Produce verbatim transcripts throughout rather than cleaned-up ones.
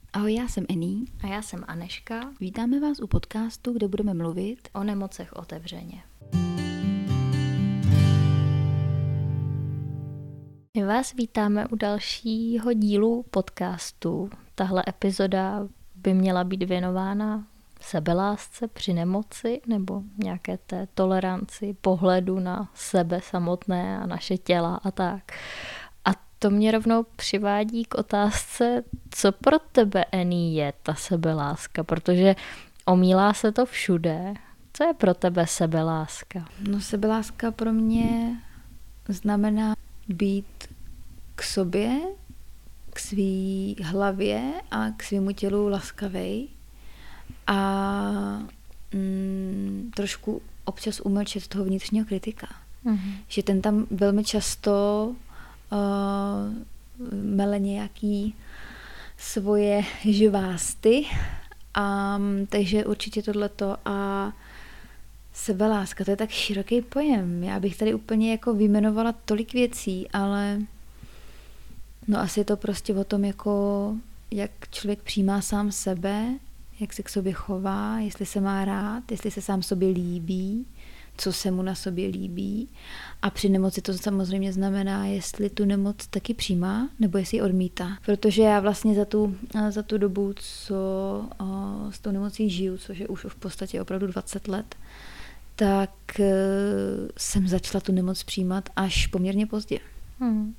Ahoj, já jsem Ení. A já jsem Aneška. Vítáme vás u podcastu, kde budeme mluvit o nemocech otevřeně. My vás vítáme u dalšího dílu podcastu. Tahle epizoda by měla být věnována sebelásce při nemoci nebo nějaké té toleranci, pohledu na sebe samotné a naše těla a tak. A to mě rovnou přivádí k otázce, co pro tebe, Ení, je ta sebeláska, protože omílá se to všude. Co je pro tebe sebeláska? No sebeláska pro mě znamená být k sobě, k svý hlavě a k svému tělu laskavej a mm, trošku občas umlčet toho vnitřního kritika. Mm-hmm. Že ten tam velmi často uh, mele nějaký svoje živásty, a, takže určitě tohleto a sebeláska, to je tak široký pojem. Já bych tady úplně jako vyjmenovala tolik věcí, ale no asi je to prostě o tom, jako jak člověk přijímá sám sebe, jak se k sobě chová, jestli se má rád, jestli se sám sobě líbí, co se mu na sobě líbí. A při nemoci to samozřejmě znamená, jestli tu nemoc taky přijímá, nebo jestli ji odmítá. Protože já vlastně za tu, za tu dobu, co o, s tou nemocí žiju, což je už v podstatě opravdu dvacet let, tak e, jsem začala tu nemoc přijímat až poměrně pozdě. Hmm.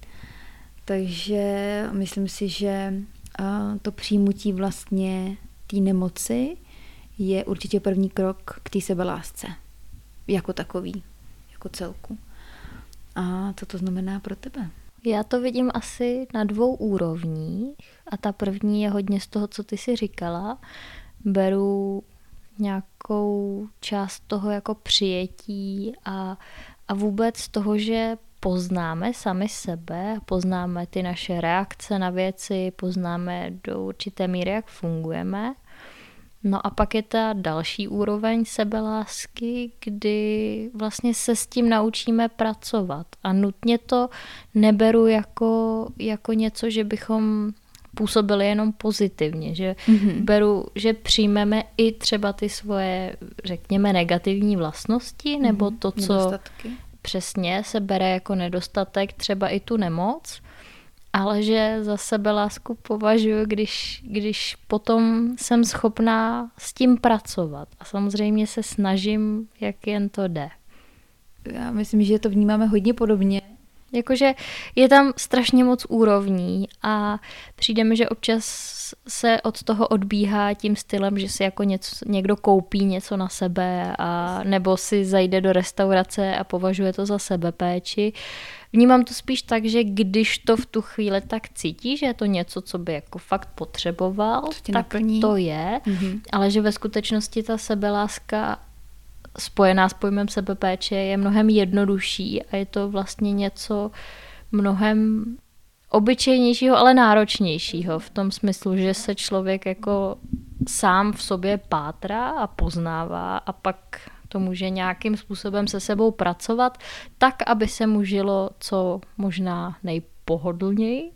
Takže myslím si, že uh, to přijímutí vlastně té nemoci je určitě první krok k té sebelásce. Jako takový, jako celku. A co to znamená pro tebe? Já to vidím asi na dvou úrovních a ta první je hodně z toho, co ty si říkala. Beru nějakou část toho jako přijetí a, a vůbec toho, že poznáme sami sebe, poznáme ty naše reakce na věci, poznáme do určité míry, jak fungujeme. No a pak je ta další úroveň sebelásky, kdy vlastně se s tím naučíme pracovat. A nutně to neberu jako, jako něco, že bychom působili jenom pozitivně, že mm-hmm. beru, že přijmeme i třeba ty svoje, řekněme, negativní vlastnosti, mm-hmm. nebo to, co nedostatky. Přesně se bere jako nedostatek, třeba i tu nemoc, ale že za sebelásku považuji, když, když potom jsem schopná s tím pracovat. A samozřejmě se snažím, jak jen to jde. Já myslím, že to vnímáme hodně podobně. Jakože je tam strašně moc úrovní a přijde mi, že občas se od toho odbíhá tím stylem, že si jako něco, někdo koupí něco na sebe a nebo si zajde do restaurace a považuje to za sebepéči. Vnímám to spíš tak, že když to v tu chvíli tak cítí, že je to něco, co by jako fakt potřeboval, tak naplní. To je, mm-hmm. ale že ve skutečnosti ta sebeláska spojená s pojmem sebepéče je mnohem jednodušší a je to vlastně něco mnohem obyčejnějšího, ale náročnějšího v tom smyslu, že se člověk jako sám v sobě pátrá a poznává a pak to může nějakým způsobem se sebou pracovat tak, aby se mu žilo co možná nejpohodlněji.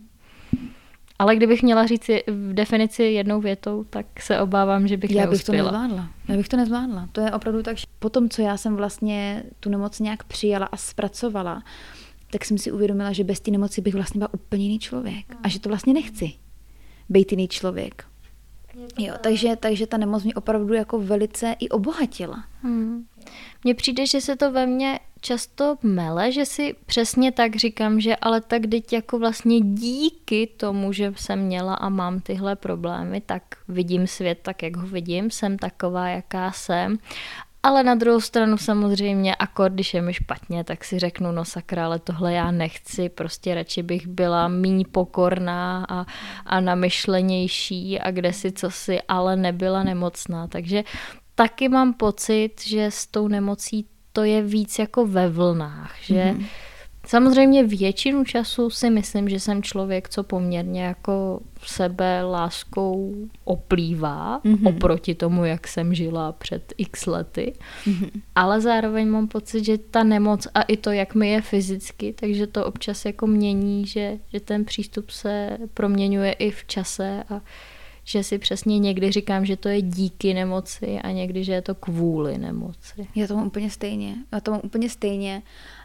Ale kdybych měla říct v definici jednou větou, tak se obávám, že bych já neuspěla. Já bych to nezvládla. Já bych to nezvládla. To je opravdu tak, že po tom, co já jsem vlastně tu nemoc nějak přijala a zpracovala, tak jsem si uvědomila, že bez té nemoci bych vlastně byla úplně jiný člověk. A že to vlastně nechci být jiný člověk. Jo, takže, takže ta nemoc mě opravdu jako velice i obohatila. Hmm. Mně přijde, že se to ve mně často mele, že si přesně tak říkám, že ale tak teď jako vlastně díky tomu, že jsem měla a mám tyhle problémy, tak vidím svět tak, jak ho vidím, jsem taková, jaká jsem. Ale na druhou stranu samozřejmě, akor, když je mi špatně, tak si řeknu, no sakra, ale tohle já nechci, prostě radši bych byla míň pokorná a, a namyšlenější a kdesi cosi, ale nebyla nemocná. Takže taky mám pocit, že s tou nemocí to je víc jako ve vlnách, že mm-hmm. samozřejmě většinu času si myslím, že jsem člověk, co poměrně jako sebe láskou oplývá mm-hmm. oproti tomu, jak jsem žila před x lety, mm-hmm. ale zároveň mám pocit, že ta nemoc a i to, jak mi je fyzicky, takže to občas jako mění, že, že ten přístup se proměňuje i v čase a že si přesně někdy říkám, že to je díky nemoci a někdy, že je to kvůli nemoci. Já to mám úplně stejně. Já to mám úplně stejně.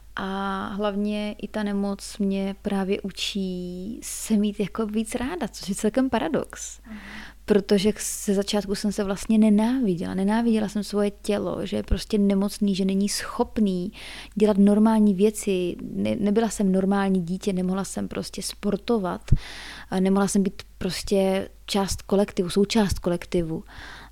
A hlavně i ta nemoc mě právě učí se mít jako víc ráda, což je celkem paradox. Mm. Protože ze začátku jsem se vlastně nenáviděla. Nenáviděla jsem svoje tělo, že je prostě nemocný, že není schopný dělat normální věci. Ne, nebyla jsem normální dítě, nemohla jsem prostě sportovat, nemohla jsem být prostě část kolektivu, součást kolektivu.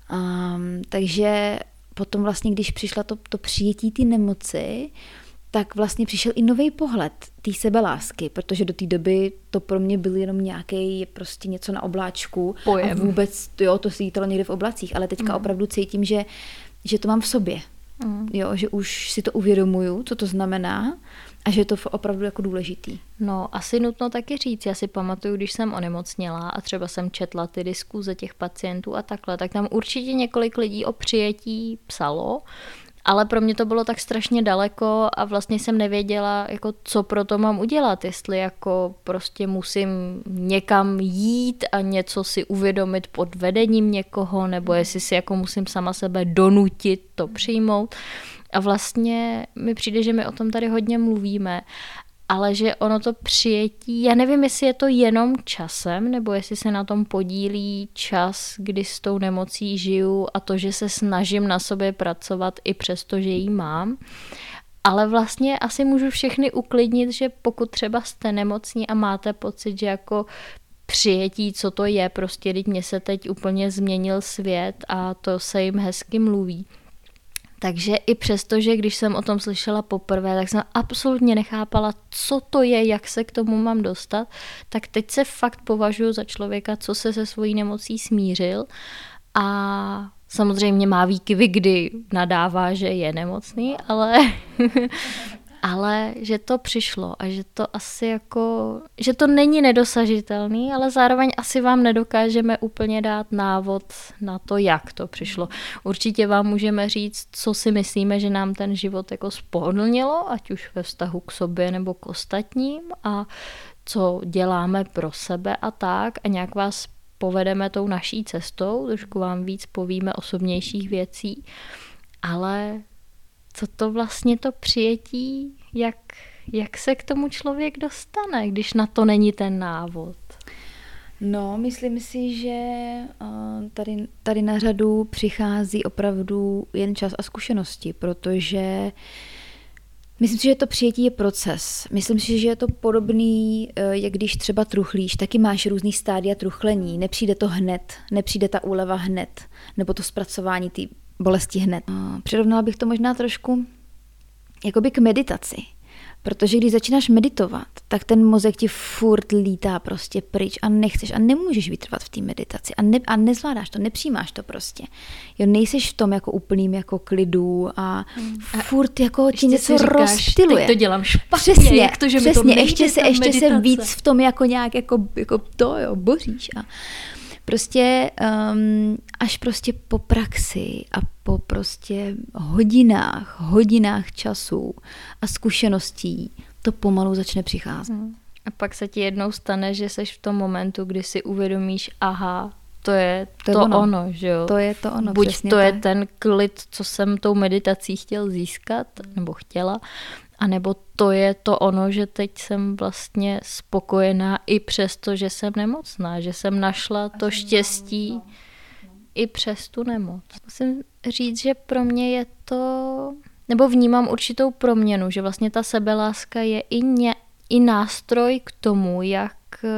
Um, takže potom vlastně, když přišla to, to přijetí té nemoci, tak vlastně přišel i nový pohled té sebelásky, protože do té doby to pro mě byl jenom nějaký prostě něco na obláčku. Pojem. A vůbec, jo, to se jítalo někde v oblacích, ale teďka mm. opravdu cítím, že, že to mám v sobě. Mm. Jo, že už si to uvědomuju, co to znamená a že je to opravdu jako důležitý. No, asi nutno taky říct, já si pamatuju, když jsem onemocněla a třeba jsem četla ty diskuze těch pacientů a takhle, tak tam určitě několik lidí o přijetí psalo, ale pro mě to bylo tak strašně daleko a vlastně jsem nevěděla, jako, co pro to mám udělat, jestli jako prostě musím někam jít a něco si uvědomit pod vedením někoho, nebo jestli si jako musím sama sebe donutit to přijmout. A vlastně mi přijde, že my o tom tady hodně mluvíme, ale že ono to přijetí, já nevím, jestli je to jenom časem, nebo jestli se na tom podílí čas, kdy s tou nemocí žiju a to, že se snažím na sobě pracovat i přesto, že ji mám. Ale vlastně asi můžu všechny uklidnit, že pokud třeba jste nemocní a máte pocit, že jako přijetí, co to je, prostě teď mě se teď úplně změnil svět a to se jim hezky mluví. Takže i přesto, že když jsem o tom slyšela poprvé, tak jsem absolutně nechápala, co to je, jak se k tomu mám dostat, tak teď se fakt považuji za člověka, co se se svojí nemocí smířil a samozřejmě má výkyvy, kdy nadává, že je nemocný, ale... ale že to přišlo a že to asi jako, že to není nedosažitelný, ale zároveň asi vám nedokážeme úplně dát návod na to, jak to přišlo. Určitě vám můžeme říct, co si myslíme, že nám ten život jako spohodlnilo, ať už ve vztahu k sobě nebo k ostatním a co děláme pro sebe a tak a nějak vás povedeme tou naší cestou, trošku vám víc povíme osobnějších věcí, ale co to vlastně to přijetí, jak, jak se k tomu člověk dostane, když na to není ten návod? No, myslím si, že tady, tady na řadu přichází opravdu jen čas a zkušenosti, protože myslím si, že to přijetí je proces. Myslím si, že je to podobný, jak když třeba truchlíš, taky máš různý stádia truchlení. Nepřijde to hned, nepřijde ta úleva hned, nebo to zpracování té bolesti hned. Přirovnala bych to možná trošku jakoby k meditaci. Protože když začínáš meditovat, tak ten mozek ti furt lítá prostě pryč a nechceš a nemůžeš vytrvat v té meditaci a, ne, a nezvládáš to, nepřijímáš to prostě. Jo, nejseš v tom jako úplným jako klidu a furt jako ti něco říkáš, rozptyluje. Teď to dělám špatně, přesně, jak to, že přesně, mi to nejde, ještě se, ještě meditace. se víc v tom jako nějak jako, jako to jo, boříš a prostě um, až prostě po praxi a po prostě hodinách, hodinách času a zkušeností to pomalu začne přicházet. Hmm. A pak se ti jednou stane, že seš v tom momentu, kdy si uvědomíš, aha, to je to, to ono. ono, že jo? To je to ono, Buď přesně to tak. je ten klid, co jsem tou meditací chtěl získat, nebo chtěla, a nebo to je to ono, že teď jsem vlastně spokojená i přesto, že jsem nemocná, že jsem našla to štěstí i přes tu nemoc. Musím říct, že pro mě je to, nebo vnímám určitou proměnu, že vlastně ta sebeláska je i, ně, i nástroj k tomu, jak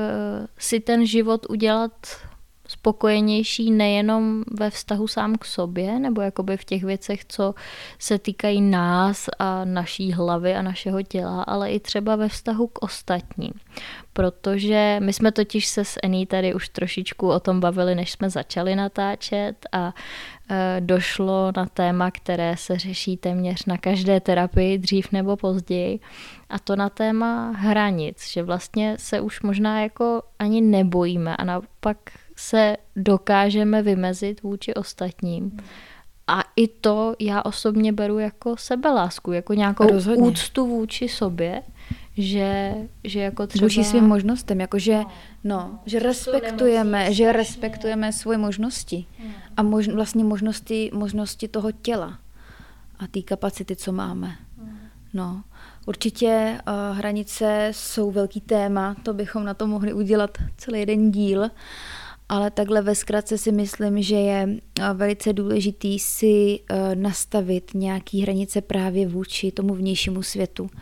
si ten život udělat spokojenější nejenom ve vztahu sám k sobě, nebo jakoby v těch věcech, co se týkají nás a naší hlavy a našeho těla, ale i třeba ve vztahu k ostatním. Protože my jsme totiž se s Ení tady už trošičku o tom bavili, než jsme začali natáčet a e, došlo na téma, které se řeší téměř na každé terapii, dřív nebo později, a to na téma hranic, že vlastně se už možná jako ani nebojíme a naopak se dokážeme vymezit vůči ostatním. A i to já osobně beru jako sebelásku, jako nějakou Rozhodně. úctu vůči sobě, že, že jako třeba... Vůči svým možnostem, jakože no, že respektujeme, že respektujeme svoje možnosti a mož, vlastně možnosti, možnosti toho těla a té kapacity, co máme. No, určitě uh, hranice jsou velký téma, to bychom na to mohli udělat celý jeden díl, ale takhle ve zkratce si myslím, že je uh, velice důležitý si uh, nastavit nějaký hranice právě vůči tomu vnějšímu světu,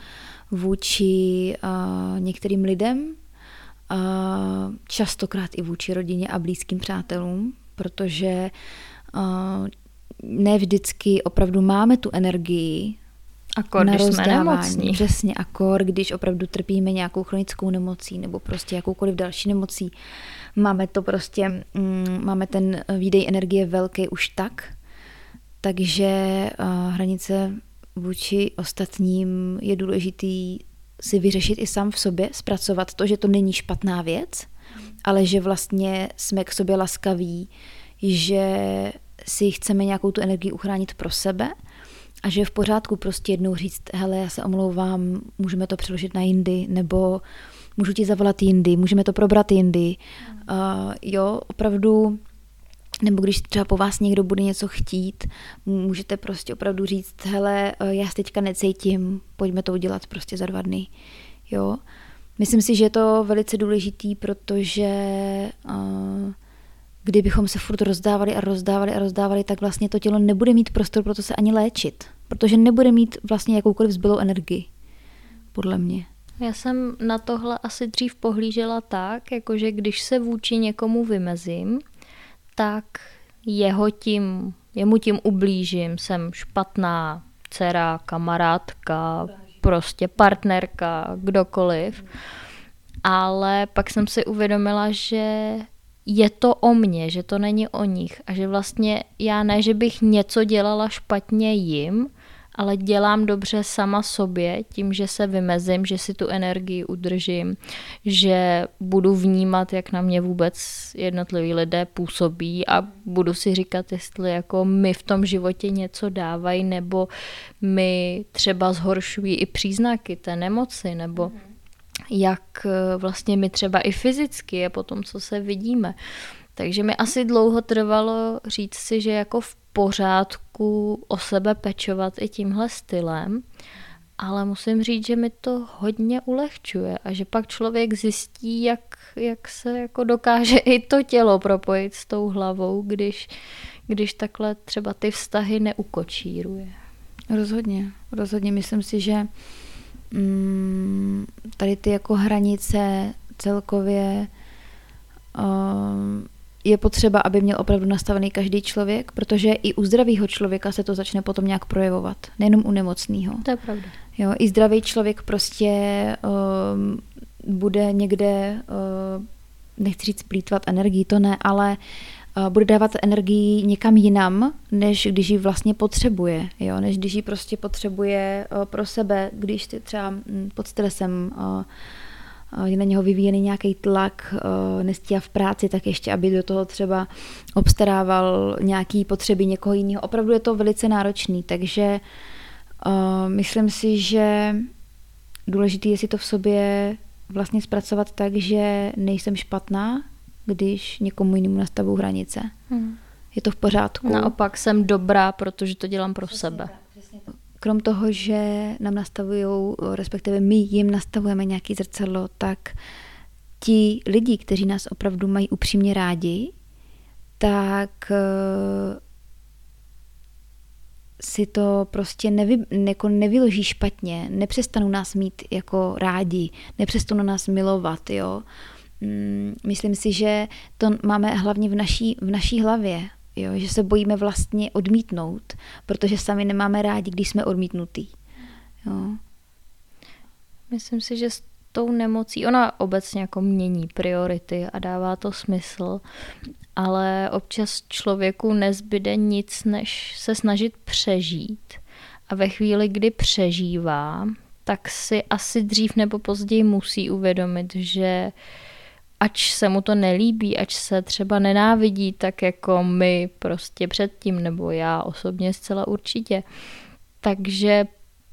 vůči uh, některým lidem, uh, častokrát i vůči rodině a blízkým přátelům, protože uh, ne vždycky opravdu máme tu energii akor, na když rozdávání. Jsme nemocní. Přesně, akor, když opravdu trpíme nějakou chronickou nemocí nebo prostě jakoukoliv další nemocí. Máme to prostě, mm, máme ten výdej energie velký už tak, takže uh, hranice vůči ostatním je důležitý si vyřešit i sám v sobě, zpracovat to, že to není špatná věc, ale že vlastně jsme k sobě laskaví, že si chceme nějakou tu energii uchránit pro sebe a že je v pořádku prostě jednou říct, hele, já se omlouvám, můžeme to přeložit na jindy, nebo můžu ti zavolat jindy, můžeme to probrat jindy. Uh, jo, opravdu, nebo když třeba po vás někdo bude něco chtít, můžete prostě opravdu říct, hele, já se teďka necítím, pojďme to udělat prostě za dva dny. Jo. Myslím si, že je to velice důležitý, protože uh, kdybychom se furt rozdávali a rozdávali a rozdávali, tak vlastně to tělo nebude mít prostor pro to se ani léčit, protože nebude mít vlastně jakoukoliv zbylou energii, podle mě. Já jsem na tohle asi dřív pohlížela tak, jakože když se vůči někomu vymezím, tak jeho tím, jemu tím ublížím, jsem špatná dcera, kamarádka, prostě partnerka, kdokoliv. Ale pak jsem si uvědomila, že je to o mně, že to není o nich a že vlastně já ne, že bych něco dělala špatně jim, ale dělám dobře sama sobě tím, že se vymezím, že si tu energii udržím, že budu vnímat, jak na mě vůbec jednotliví lidé působí a budu si říkat, jestli jako mi v tom životě něco dávají nebo mi třeba zhoršují i příznaky té nemoci nebo jak vlastně mi třeba i fyzicky je po tom, co se vidíme. Takže mi asi dlouho trvalo říct si, že jako v pořádku o sebe pečovat i tímhle stylem, ale musím říct, že mi to hodně ulehčuje a že pak člověk zjistí, jak, jak se jako dokáže i to tělo propojit s tou hlavou, když, když takhle třeba ty vztahy neukočíruje. Rozhodně, rozhodně. Myslím si, že mm, tady ty jako hranice celkově um, je potřeba, aby měl opravdu nastavený každý člověk, protože i u zdravého člověka se to začne potom nějak projevovat, nejenom u nemocného. To je pravda. Jo, i zdravý člověk prostě um, bude někde, uh, nechci říct plýtvat energii, to ne, ale uh, bude dávat energii někam jinam, než když ji vlastně potřebuje, jo, než když ji prostě potřebuje uh, pro sebe, když ty třeba um, pod stresem uh, je na něho vyvíjený nějaký tlak, nestíhá v práci, tak ještě, aby do toho třeba obstarával nějaký potřeby někoho jiného. Opravdu je to velice náročný, takže uh, myslím si, že důležité je si to v sobě vlastně zpracovat tak, že nejsem špatná, když někomu jinému nastavuju hranice. Hmm. Je to v pořádku. Naopak jsem dobrá, protože to dělám pro přesně sebe. Tak, přesně tak. Krom toho, že nám nastavujou, respektive my jim nastavujeme nějaký zrcadlo, tak ti lidi, kteří nás opravdu mají upřímně rádi, tak si to prostě nevy, jako nevyloží špatně, nepřestanou nás mít jako rádi, nepřestanou nás milovat, jo. Myslím si, že to máme hlavně v naší, v naší hlavě. Jo, že se bojíme vlastně odmítnout, protože sami nemáme rádi, když jsme odmítnutí. Jo. Myslím si, že s tou nemocí, ona obecně jako mění priority a dává to smysl, ale občas člověku nezbyde nic, než se snažit přežít. A ve chvíli, kdy přežívá, tak si asi dřív nebo později musí uvědomit, že ač se mu to nelíbí, ač se třeba nenávidí, tak jako my prostě předtím, nebo já osobně zcela určitě. Takže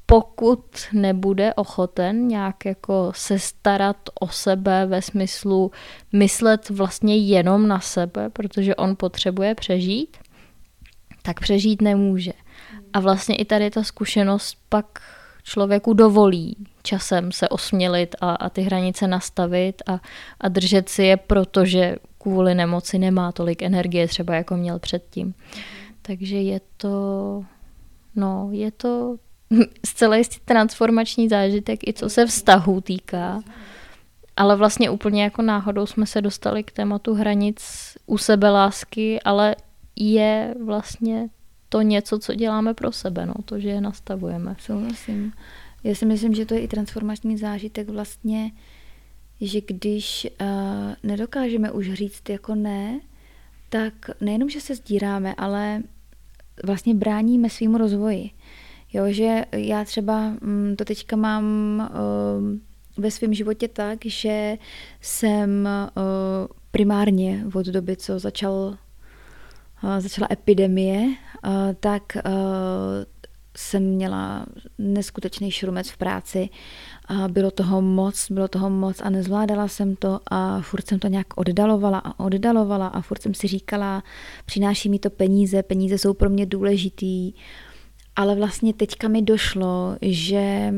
pokud nebude ochoten nějak jako se starat o sebe ve smyslu myslet vlastně jenom na sebe, protože on potřebuje přežít, tak přežít nemůže. A vlastně i tady ta zkušenost pak člověku dovolí časem se osmělit a, a ty hranice nastavit a, a držet si je, protože kvůli nemoci nemá tolik energie třeba jako měl předtím. Takže je to, no, je to zcela jistý transformační zážitek, i co se vztahu týká. Ale vlastně úplně jako náhodou jsme se dostali k tématu hranic u sebelásky, ale je vlastně to něco, co děláme pro sebe, no, to, že je nastavujeme. Souhlasím. Já si myslím, že to je i transformační zážitek vlastně, že když uh, nedokážeme už říct jako ne, tak nejenom, že se sdíráme, ale vlastně bráníme svýmu rozvoji. Jo, že já třeba to teďka mám uh, ve svém životě tak, že jsem uh, primárně od doby, co začal, uh, začala epidemie, uh, tak uh, jsem měla neskutečný šrumec v práci. Uh, bylo toho moc, bylo toho moc a nezvládala jsem to a furt jsem to nějak oddalovala a oddalovala a furt jsem si říkala, přináší mi to peníze, peníze jsou pro mě důležitý. Ale vlastně teďka mi došlo, že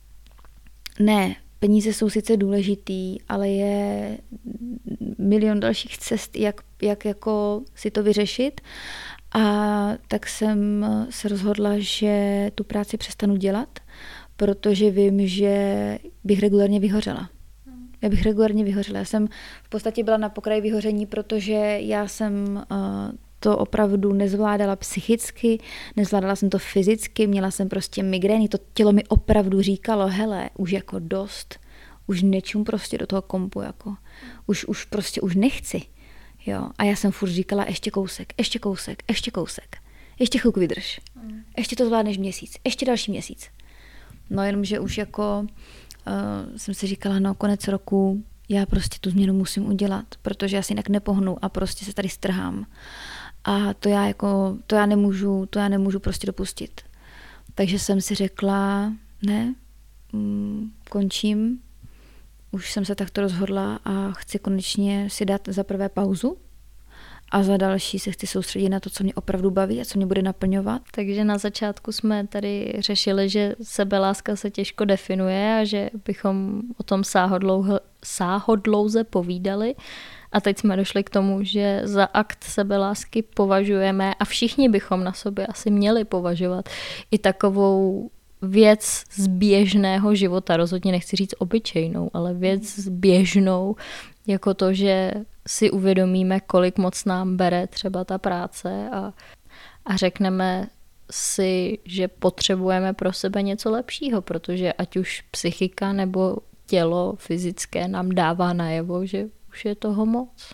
ne, peníze jsou sice důležitý, ale je milion dalších cest, jak, jak jako si to vyřešit. A tak jsem se rozhodla, že tu práci přestanu dělat, protože vím, že bych regulárně vyhořela. Já bych regulárně vyhořela. Já jsem v podstatě byla na pokraji vyhoření, protože já jsem uh, to opravdu nezvládala psychicky, nezvládala jsem to fyzicky, měla jsem prostě migrény, to tělo mi opravdu říkalo, hele, už jako dost, už nečum prostě do toho kompu, jako, už, už prostě už nechci. Jo. A já jsem furt říkala, ještě kousek, ještě kousek, ještě kousek, ještě chvilku vydrž, ještě to zvládneš měsíc, ještě další měsíc. No jenomže už jako uh, jsem si říkala, no konec roku, já prostě tu změnu musím udělat, protože já si jinak nepohnu a prostě se tady strhám. A to já jako, to já nemůžu, to já nemůžu prostě dopustit. Takže jsem si řekla, ne, mm, končím, už jsem se takto rozhodla a chci konečně si dát za prvé pauzu a za další se chci soustředit na to, co mě opravdu baví a co mě bude naplňovat. Takže na začátku jsme tady řešili, že sebeláska se těžko definuje a že bychom o tom sáhodlouze, sáhodlouze povídali. A teď jsme došli k tomu, že za akt sebelásky považujeme, a všichni bychom na sobě asi měli považovat, i takovou věc z běžného života, rozhodně nechci říct obyčejnou, ale věc z běžnou, jako to, že si uvědomíme, kolik moc nám bere třeba ta práce a, a řekneme si, že potřebujeme pro sebe něco lepšího, protože ať už psychika nebo tělo fyzické nám dává najevo, že už je toho moc.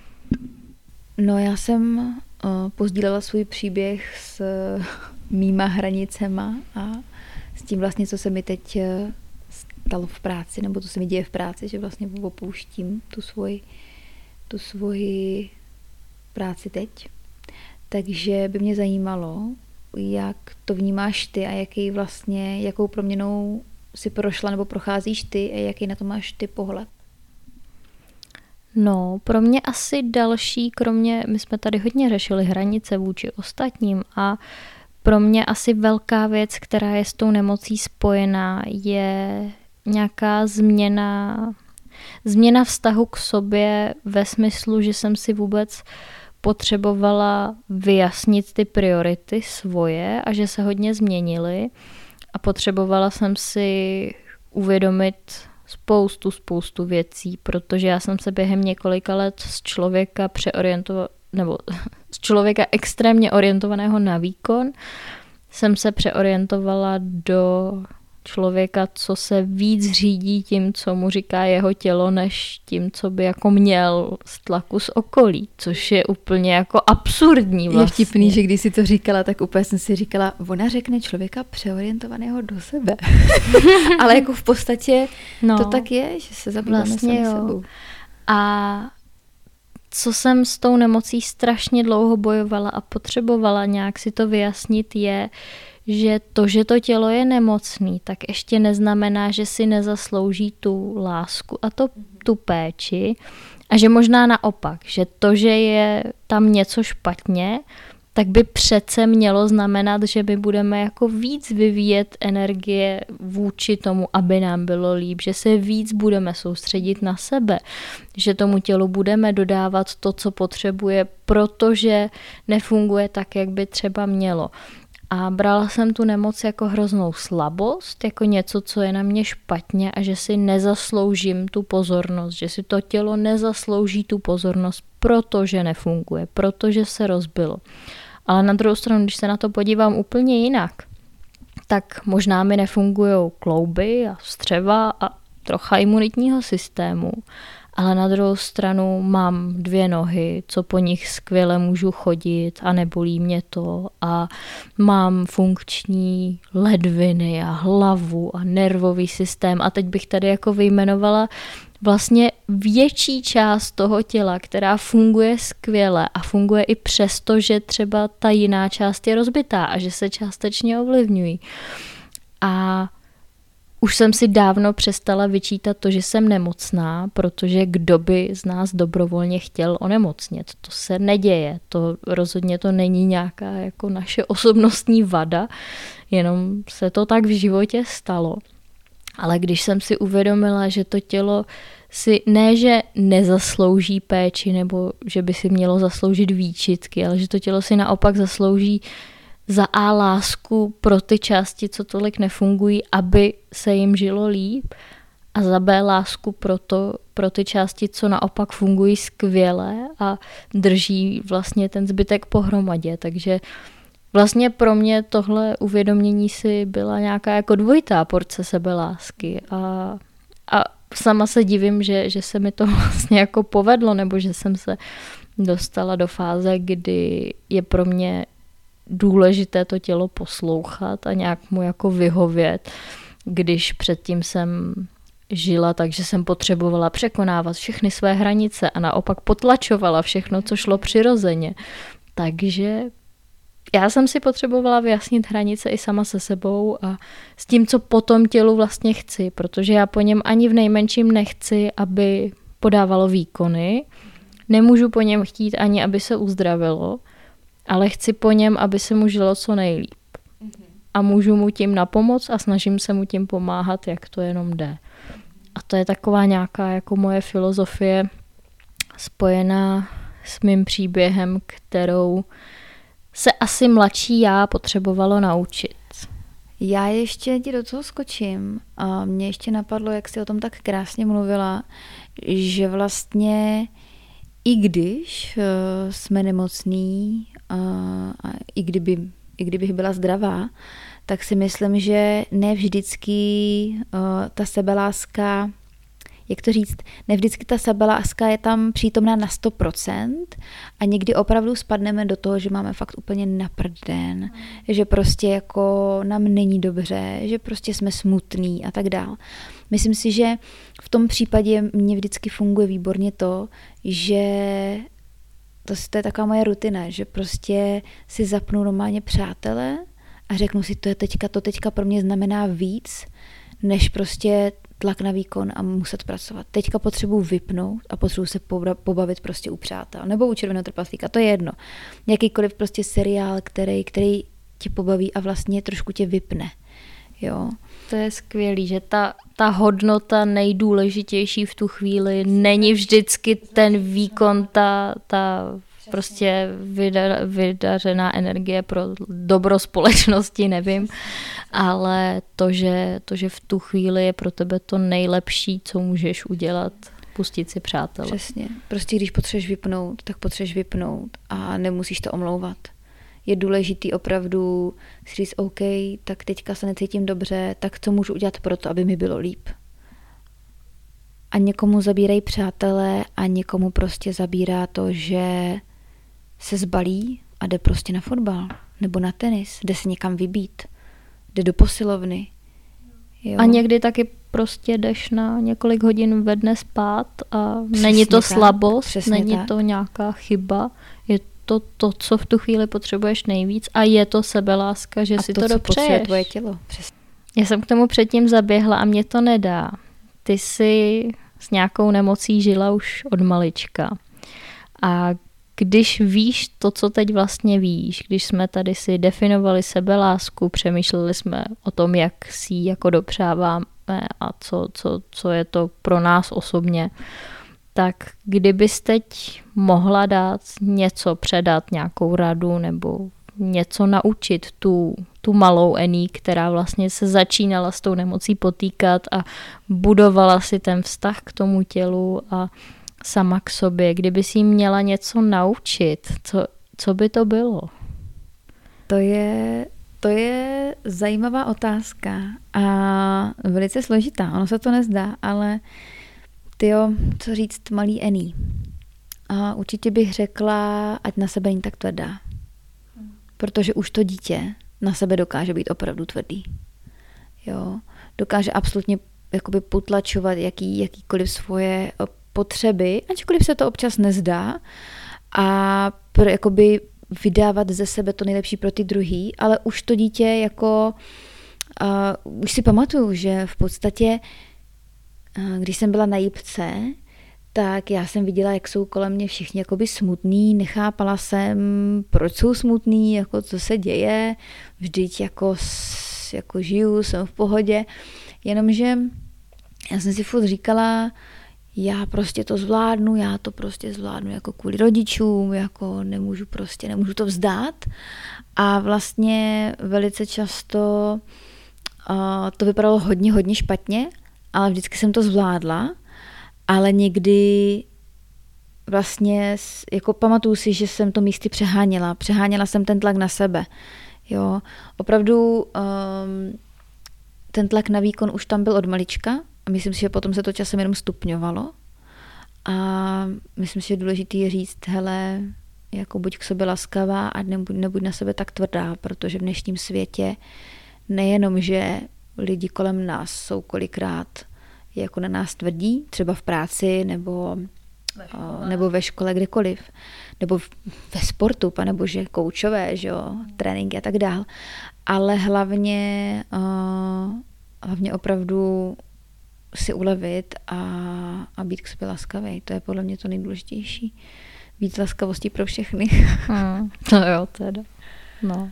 No já jsem uh, pozdílela svůj příběh s uh, mýma hranicema a s tím vlastně, co se mi teď uh, stalo v práci, nebo co se mi děje v práci, že vlastně opouštím tu svoji, tu svoji práci teď. Takže by mě zajímalo, jak to vnímáš ty a jaký vlastně, jakou proměnou si prošla nebo procházíš ty a jaký na to máš ty pohled. No, pro mě asi další, kromě, my jsme tady hodně řešili hranice vůči ostatním a pro mě asi velká věc, která je s tou nemocí spojená, je nějaká změna, změna vztahu k sobě ve smyslu, že jsem si vůbec potřebovala vyjasnit ty priority svoje a že se hodně změnily a potřebovala jsem si uvědomit spoustu, spoustu věcí, protože já jsem se během několika let z člověka přeorientovala, nebo z člověka extrémně orientovaného na výkon, jsem se přeorientovala do člověka, co se víc řídí tím, co mu říká jeho tělo, než tím, co by jako měl z tlaku z okolí, což je úplně jako absurdní vlastně. Je vtipný, že když si to říkala, tak úplně jsem si říkala, ona řekne člověka přeorientovaného do sebe. Ale jako v podstatě no, to tak je, že se zabýváme vlastně sami sebou. A co jsem s tou nemocí strašně dlouho bojovala a potřebovala nějak si to vyjasnit je, že to, že to tělo je nemocný, tak ještě neznamená, že si nezaslouží tu lásku a to, tu péči. A že možná naopak, že to, že je tam něco špatně, tak by přece mělo znamenat, že my budeme jako víc vyvíjet energie vůči tomu, aby nám bylo líp, že se víc budeme soustředit na sebe, že tomu tělu budeme dodávat to, co potřebuje, protože nefunguje tak, jak by třeba mělo. A brala jsem tu nemoc jako hroznou slabost, jako něco, co je na mě špatně a že si nezasloužím tu pozornost, že si to tělo nezaslouží tu pozornost, protože nefunguje, protože se rozbilo. Ale na druhou stranu, když se na to podívám úplně jinak, tak možná mi nefungují klouby a střeva a trocha imunitního systému, ale na druhou stranu mám dvě nohy, co po nich skvěle můžu chodit a nebolí mě to a mám funkční ledviny a hlavu a nervový systém a teď bych tady jako vyjmenovala vlastně větší část toho těla, která funguje skvěle a funguje i přesto, že třeba ta jiná část je rozbitá a že se částečně ovlivňují. A už jsem si dávno přestala vyčítat to, že jsem nemocná, protože kdo by z nás dobrovolně chtěl onemocnět. To se neděje, to rozhodně to není nějaká jako naše osobnostní vada, jenom se to tak v životě stalo. Ale když jsem si uvědomila, že to tělo si ne, že nezaslouží péči, nebo že by si mělo zasloužit výčitky, ale že to tělo si naopak zaslouží za A lásku pro ty části, co tolik nefungují, aby se jim žilo líp, a za B lásku pro, to, pro ty části, co naopak fungují skvěle a drží vlastně ten zbytek pohromadě. Takže vlastně pro mě tohle uvědomění si byla nějaká jako dvojitá porce sebelásky a, a sama se divím, že, že se mi to vlastně jako povedlo, nebo že jsem se dostala do fáze, kdy je pro mě důležité to tělo poslouchat a nějak mu jako vyhovět, když předtím jsem žila, takže jsem potřebovala překonávat všechny své hranice a naopak potlačovala všechno, co šlo přirozeně. Takže já jsem si potřebovala vyjasnit hranice i sama se sebou a s tím, co po tom tělu vlastně chci, protože já po něm ani v nejmenším nechci, aby podávalo výkony, nemůžu po něm chtít ani, aby se uzdravilo, ale chci po něm, aby se mu žilo co nejlíp. A můžu mu tím napomoct a snažím se mu tím pomáhat, jak to jenom jde. A to je taková nějaká jako moje filozofie spojená s mým příběhem, kterou se asi mladší já potřebovalo naučit. Já ještě ti do toho skočím a mě ještě napadlo, jak jsi o tom tak krásně mluvila, že vlastně i když uh, jsme nemocní uh, a i, kdyby, i kdybych byla zdravá, tak si myslím, že ne vždycky uh, ta sebeláska, jak to říct, ne vždycky ta sebeláska je tam přítomná na sto procent a někdy opravdu spadneme do toho, že máme fakt úplně naprden, mm. že prostě jako nám není dobře, že prostě jsme smutný a tak dál. Myslím si, že v tom případě mě vždycky funguje výborně to, že to, to je taková moje rutina, že prostě si zapnu normálně přátele a řeknu si, to je teďka, to teďka pro mě znamená víc, než prostě tlak na výkon a muset pracovat. Teďka potřebuji vypnout a potřebuji se pobavit prostě u přátel nebo u Červeného trpaslíka, to je jedno. Jakýkoliv prostě seriál, který, který tě pobaví a vlastně trošku tě vypne. Jo. To je skvělý, že ta, ta hodnota nejdůležitější v tu chvíli není vždycky ten výkon, ta, ta prostě vyda, vydařená energie pro dobro společnosti, nevím, ale to že, to, že v tu chvíli je pro tebe to nejlepší, co můžeš udělat, pustit si přátele. Přesně. Prostě když potřebuješ vypnout, tak potřebuješ vypnout a nemusíš to omlouvat. Je důležitý opravdu si říct, OK, tak teďka se necítím dobře, tak co můžu udělat pro to, aby mi bylo líp. A někomu zabírají přátelé a někomu prostě zabírá to, že se zbalí a jde prostě na fotbal nebo na tenis, jde se někam vybít, jde do posilovny. Jo. A někdy taky prostě jdeš na několik hodin ve dne spát a přesně není to tak, slabost, není tak. to nějaká chyba, je to, to, co v tu chvíli potřebuješ nejvíc a je to sebeláska, že a si to, to dopřeješ. tvoje tělo. Přesně. Já jsem k tomu předtím zaběhla a mě to nedá. Ty jsi s nějakou nemocí žila už od malička. A když víš to, co teď vlastně víš, když jsme tady si definovali sebelásku, přemýšleli jsme o tom, jak si ji jako dopřáváme a co, co, co je to pro nás osobně, tak kdybys teď mohla dát něco, předat nějakou radu nebo něco naučit tu, tu malou Ení, která vlastně se začínala s tou nemocí potýkat a budovala si ten vztah k tomu tělu a sama k sobě, kdyby si měla něco naučit, co, co by to bylo? To je, to je zajímavá otázka a velice složitá. Ono se to nezdá, ale tyjo, co říct malý Ení. A určitě bych řekla, ať na sebe není tak tvrdá. Protože už to dítě na sebe dokáže být opravdu tvrdý. Jo? Dokáže absolutně jakoby potlačovat jaký, jakýkoliv svoje potřeby, ačkoliv se to občas nezdá a pro, jakoby vydávat ze sebe to nejlepší pro ty druhý, ale už to dítě jako uh, už si pamatuju, že v podstatě uh, když jsem byla na jipce, tak já jsem viděla, jak jsou kolem mě všichni jakoby smutný, nechápala jsem, proč jsou smutný, jako co se děje, vždyť jako, jako žiju, jsem v pohodě, jenomže já jsem si furt říkala, já prostě to zvládnu, já to prostě zvládnu jako kvůli rodičům, jako nemůžu prostě, nemůžu to vzdát. A vlastně velice často uh, to vypadalo hodně, hodně špatně, ale vždycky jsem to zvládla, ale někdy vlastně, jako pamatuju si, že jsem to místy přeháněla. Přeháněla jsem ten tlak na sebe. Jo. Opravdu um, ten tlak na výkon už tam byl od malička, a myslím si, že potom se to časem jenom stupňovalo. A myslím si, že důležité je říct, hele, jako buď k sobě laskavá a nebuď, nebuď na sebe tak tvrdá, protože v dnešním světě nejenom, že lidi kolem nás jsou kolikrát jako na nás tvrdí, třeba v práci nebo ve škole, nebo ve škole kdekoliv, nebo v, ve sportu, panebože koučové, že jo, tréninky a tak dál. Ale hlavně, uh, hlavně opravdu si ulevit a, a být k sobě laskavý. To je podle mě to nejdůležitější. Víc laskavosti pro všechny. Hmm, no jo, teda. No.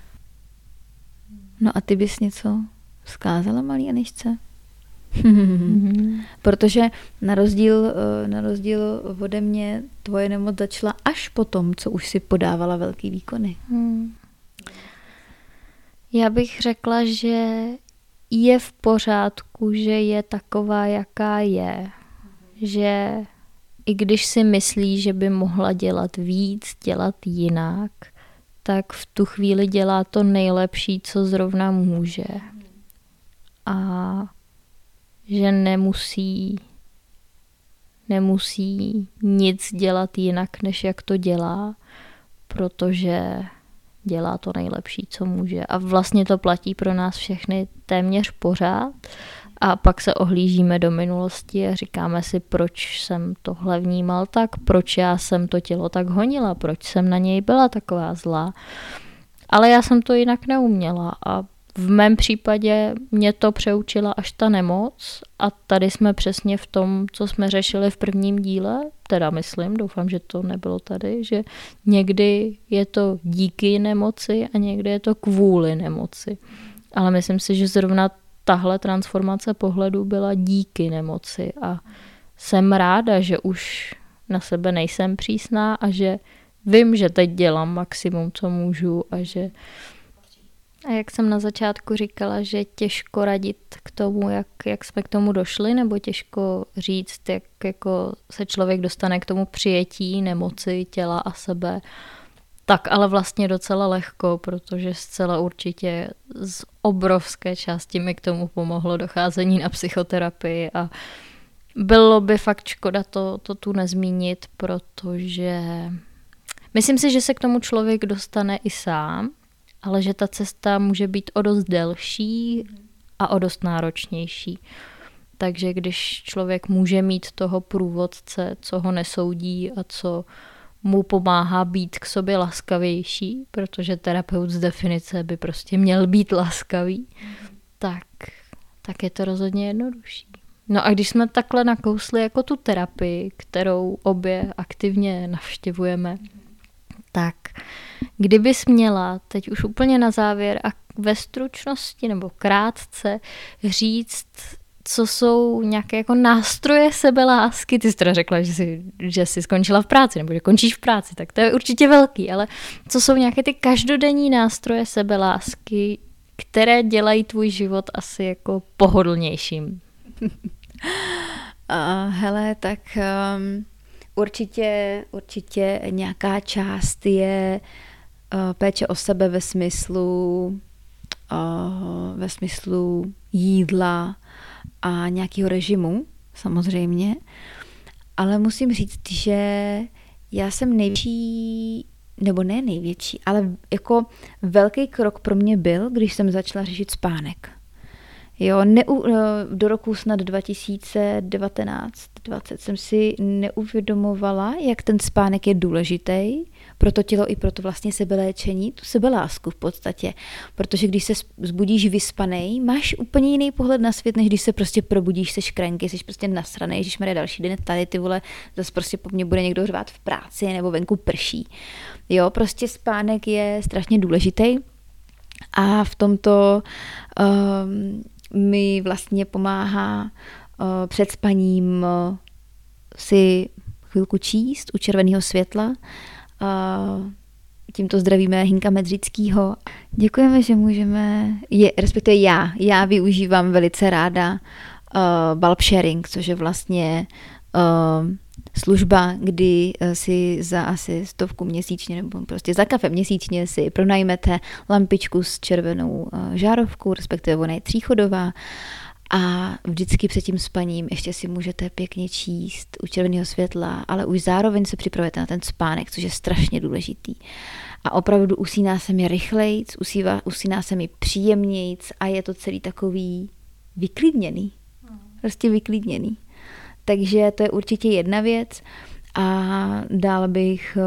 No a ty bys něco vzkázala malý Aničce? Mm-hmm. Protože na rozdíl, na rozdíl ode mě tvoje nemoc začala až po tom, co už si podávala velký výkony. Hmm. Já bych řekla, že je v pořádku, že je taková, jaká je. Že i když si myslí, že by mohla dělat víc, dělat jinak, tak v tu chvíli dělá to nejlepší, co zrovna může. A že nemusí, nemusí nic dělat jinak, než jak to dělá, protože dělá to nejlepší, co může. A vlastně to platí pro nás všechny téměř pořád. A pak se ohlížíme do minulosti a říkáme si, proč jsem tohle vnímal tak, proč já jsem to tělo tak honila, proč jsem na něj byla taková zlá. Ale já jsem to jinak neuměla a v mém případě mě to přeučila až ta nemoc a tady jsme přesně v tom, co jsme řešili v prvním díle, teda myslím, doufám, že to nebylo tady, že někdy je to díky nemoci a někdy je to kvůli nemoci. Ale myslím si, že zrovna tahle transformace pohledu byla díky nemoci a jsem ráda, že už na sebe nejsem přísná a že vím, že teď dělám maximum, co můžu a že a jak jsem na začátku říkala, že těžko radit k tomu, jak, jak jsme k tomu došli, nebo těžko říct, jak jako se člověk dostane k tomu přijetí nemoci těla a sebe, tak ale vlastně docela lehko, protože zcela určitě z obrovské části mi k tomu pomohlo docházení na psychoterapii a bylo by fakt škoda to, to tu nezmínit, protože myslím si, že se k tomu člověk dostane i sám, ale že ta cesta může být o dost delší a o dost náročnější. Takže když člověk může mít toho průvodce, co ho nesoudí a co mu pomáhá být k sobě laskavější, protože terapeut z definice by prostě měl být laskavý, tak, tak je to rozhodně jednodušší. No a když jsme takhle nakousli jako tu terapii, kterou obě aktivně navštěvujeme, tak kdybys měla teď už úplně na závěr a ve stručnosti nebo krátce říct, co jsou nějaké jako nástroje sebelásky. Ty jsi teda řekla, že jsi, že jsi skončila v práci nebo že končíš v práci, tak to je určitě velký, ale co jsou nějaké ty každodenní nástroje sebelásky, které dělají tvůj život asi jako pohodlnějším? Uh, hele, tak um, určitě, určitě nějaká část je uh, péče o sebe ve smyslu uh, ve smyslu jídla a nějakého režimu, samozřejmě. Ale musím říct, že já jsem největší, nebo ne největší, ale jako velký krok pro mě byl, když jsem začala řešit spánek. Jo, neu, do roku snad dva tisíce devatenáct dvacet jsem si neuvědomovala, jak ten spánek je důležitý pro to tělo i pro to vlastně sebeléčení, tu sebelásku v podstatě. Protože když se zbudíš vyspanej, máš úplně jiný pohled na svět, než když se prostě probudíš, seš krenky, seš prostě nasranej, ježišmarja, další den tady ty vole, zase prostě po mně bude někdo řvát v práci nebo venku prší. Jo, prostě spánek je strašně důležitý a v tomto um, mi vlastně pomáhá uh, před spaním uh, si chvilku číst u červeného světla. Uh, tímto zdravíme Hinka Medřickýho. Děkujeme, že můžeme, je, respektive já, já využívám velice ráda uh, bulb sharing, což je vlastně uh, služba, kdy si za asi stovku měsíčně nebo prostě za kafe měsíčně si pronajmete lampičku s červenou žárovkou, respektive ona je tříchodová a vždycky před tím spaním ještě si můžete pěkně číst u červeného světla, ale už zároveň se připravujete na ten spánek, což je strašně důležitý. A opravdu usíná se mi rychlejc, usíná, usíná se mi příjemnějc a je to celý takový vyklidněný. Prostě vyklidněný. Takže to je určitě jedna věc a dál bych,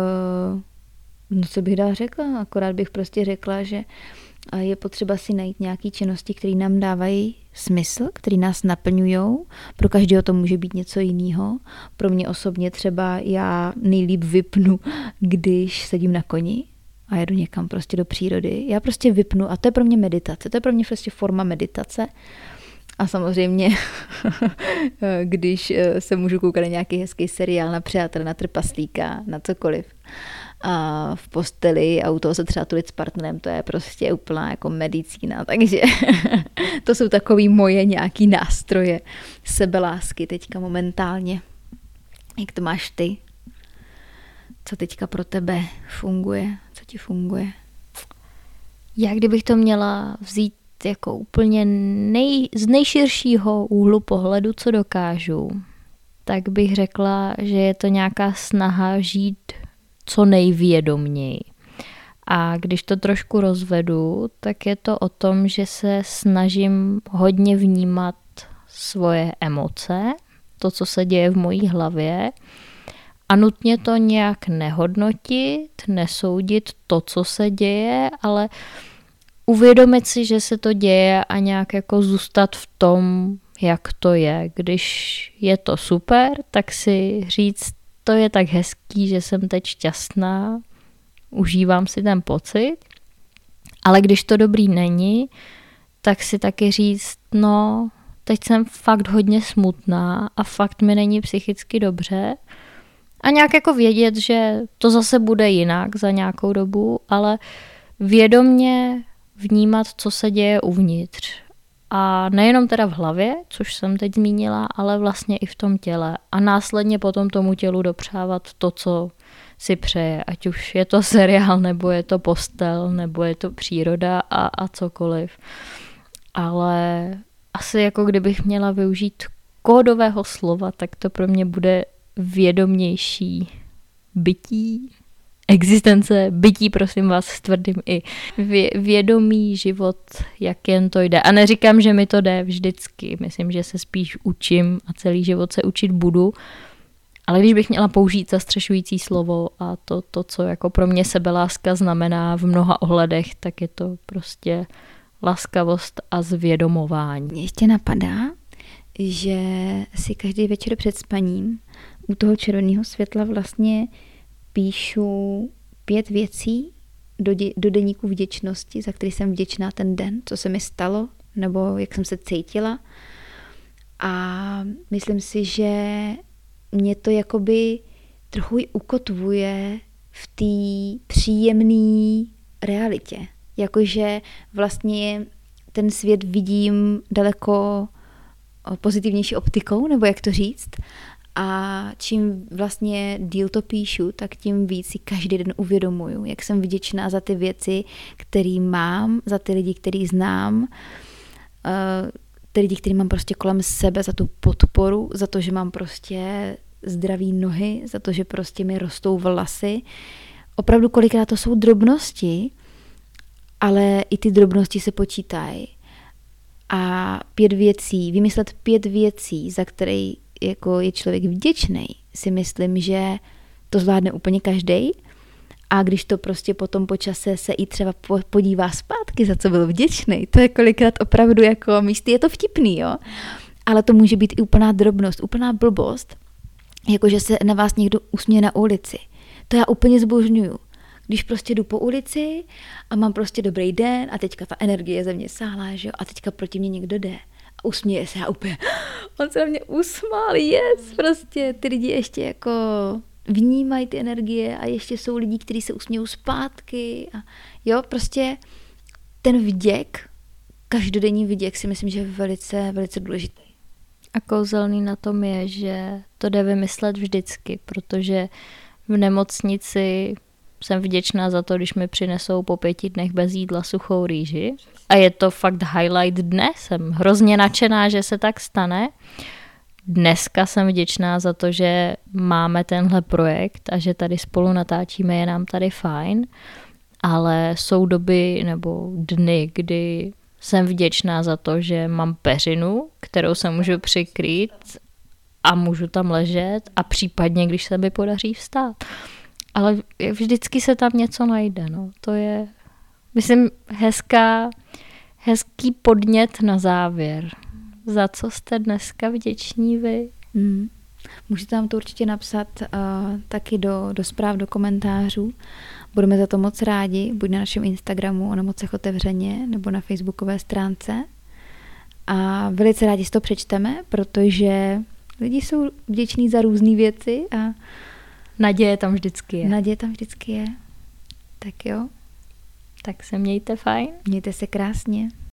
no co bych dál řekla, akorát bych prostě řekla, že je potřeba si najít nějaké činnosti, které nám dávají smysl, které nás naplňujou. Pro každého to může být něco jiného. Pro mě osobně třeba já nejlíp vypnu, když sedím na koni a jedu někam prostě do přírody. Já prostě vypnu a to je pro mě meditace, to je pro mě prostě forma meditace. A samozřejmě, když se můžu koukat na nějaký hezký seriál, na přátelé, na trpaslíka, na cokoliv. A v posteli a u toho se třeba tulit s partnerem, to je prostě úplná jako medicína. Takže to jsou takový moje nějaký nástroje sebelásky teďka momentálně. Jak to máš ty? Co teďka pro tebe funguje? Co ti funguje? Já kdybych to měla vzít jako úplně nej, z nejširšího úhlu pohledu, co dokážu, tak bych řekla, že je to nějaká snaha žít co nejvědomněji. A když to trošku rozvedu, tak je to o tom, že se snažím hodně vnímat svoje emoce, to, co se děje v mojí hlavě, a nutně to nějak nehodnotit, nesoudit to, co se děje, ale uvědomit si, že se to děje a nějak jako zůstat v tom, jak to je. Když je to super, tak si říct, to je tak hezký, že jsem teď šťastná, užívám si ten pocit, ale když to dobrý není, tak si taky říct, no, teď jsem fakt hodně smutná a fakt mi není psychicky dobře a nějak jako vědět, že to zase bude jinak za nějakou dobu, ale vědomně vnímat, co se děje uvnitř. A nejenom teda v hlavě, což jsem teď zmínila, ale vlastně i v tom těle. A následně potom tomu tělu dopřávat to, co si přeje. Ať už je to seriál, nebo je to postel, nebo je to příroda a, a cokoliv. Ale asi jako kdybych měla využít kódového slova, tak to pro mě bude vědomější bytí, existence, bytí, prosím vás, s tvrdým i vě, vědomý život, jak jen to jde. A neříkám, že mi to jde vždycky. Myslím, že se spíš učím a celý život se učit budu. Ale když bych měla použít zastřešující slovo a to, to, co jako pro mě sebeláska znamená v mnoha ohledech, tak je to prostě laskavost a zvědomování. Mě ještě napadá, že si každý večer před spaním u toho červeného světla vlastně píšu pět věcí do, dě, do deníku vděčnosti, za který jsem vděčná ten den, co se mi stalo, nebo jak jsem se cítila. A myslím si, že mě to jakoby trochu ukotvuje v té příjemné realitě. Jakože vlastně ten svět vidím daleko pozitivnější optikou, nebo jak to říct. A čím vlastně díl to píšu, tak tím víc si každý den uvědomuju, jak jsem vděčná za ty věci, které mám, za ty lidi, který znám, ty lidi, který mám prostě kolem sebe, za tu podporu, za to, že mám prostě zdraví nohy, za to, že prostě mi rostou vlasy. Opravdu kolikrát to jsou drobnosti, ale i ty drobnosti se počítají. A pět věcí, vymyslet pět věcí, za které jako je člověk vděčný, si myslím, že to zvládne úplně každej. A když to prostě potom po čase se i třeba podívá zpátky, za co byl vděčný, to je kolikrát opravdu jako místy, je to vtipný, jo. Ale to může být i úplná drobnost, úplná blbost, jakože se na vás někdo usměje na ulici. To já úplně zbožňuju. Když prostě jdu po ulici a mám prostě dobrý den a teďka ta energie ze mě sáhla, že jo, a teďka proti mě někdo jde a usměje se a úplně, on se na mě usmál, yes, prostě ty lidi ještě jako vnímají ty energie a ještě jsou lidi, kteří se usmějou zpátky a jo, prostě ten vděk, každodenní vděk si myslím, že je velice, velice důležitý. A kouzelný na tom je, že to jde vymyslet vždycky, protože v nemocnici jsem vděčná za to, když mi přinesou po pěti dnech bez jídla suchou rýži. A je to fakt highlight dne. Jsem hrozně nadšená, že se tak stane. Dneska jsem vděčná za to, že máme tenhle projekt a že tady spolu natáčíme, je nám tady fajn. Ale jsou doby nebo dny, kdy jsem vděčná za to, že mám peřinu, kterou se můžu přikrýt a můžu tam ležet a případně, když se mi podaří vstát. Ale vždycky se tam něco najde, no. To je, myslím, hezká, hezký podnět na závěr. Za co jste dneska vděční vy? Mm. Můžete nám to určitě napsat uh, taky do, do zpráv, do komentářů. Budeme za to moc rádi, buď na našem Instagramu, na Mocech otevřeně, nebo na facebookové stránce. A velice rádi si to přečteme, protože lidi jsou vděční za různé věci a naděje tam vždycky je. Naděje tam vždycky je. Tak jo. Tak se mějte fajn. Mějte se krásně.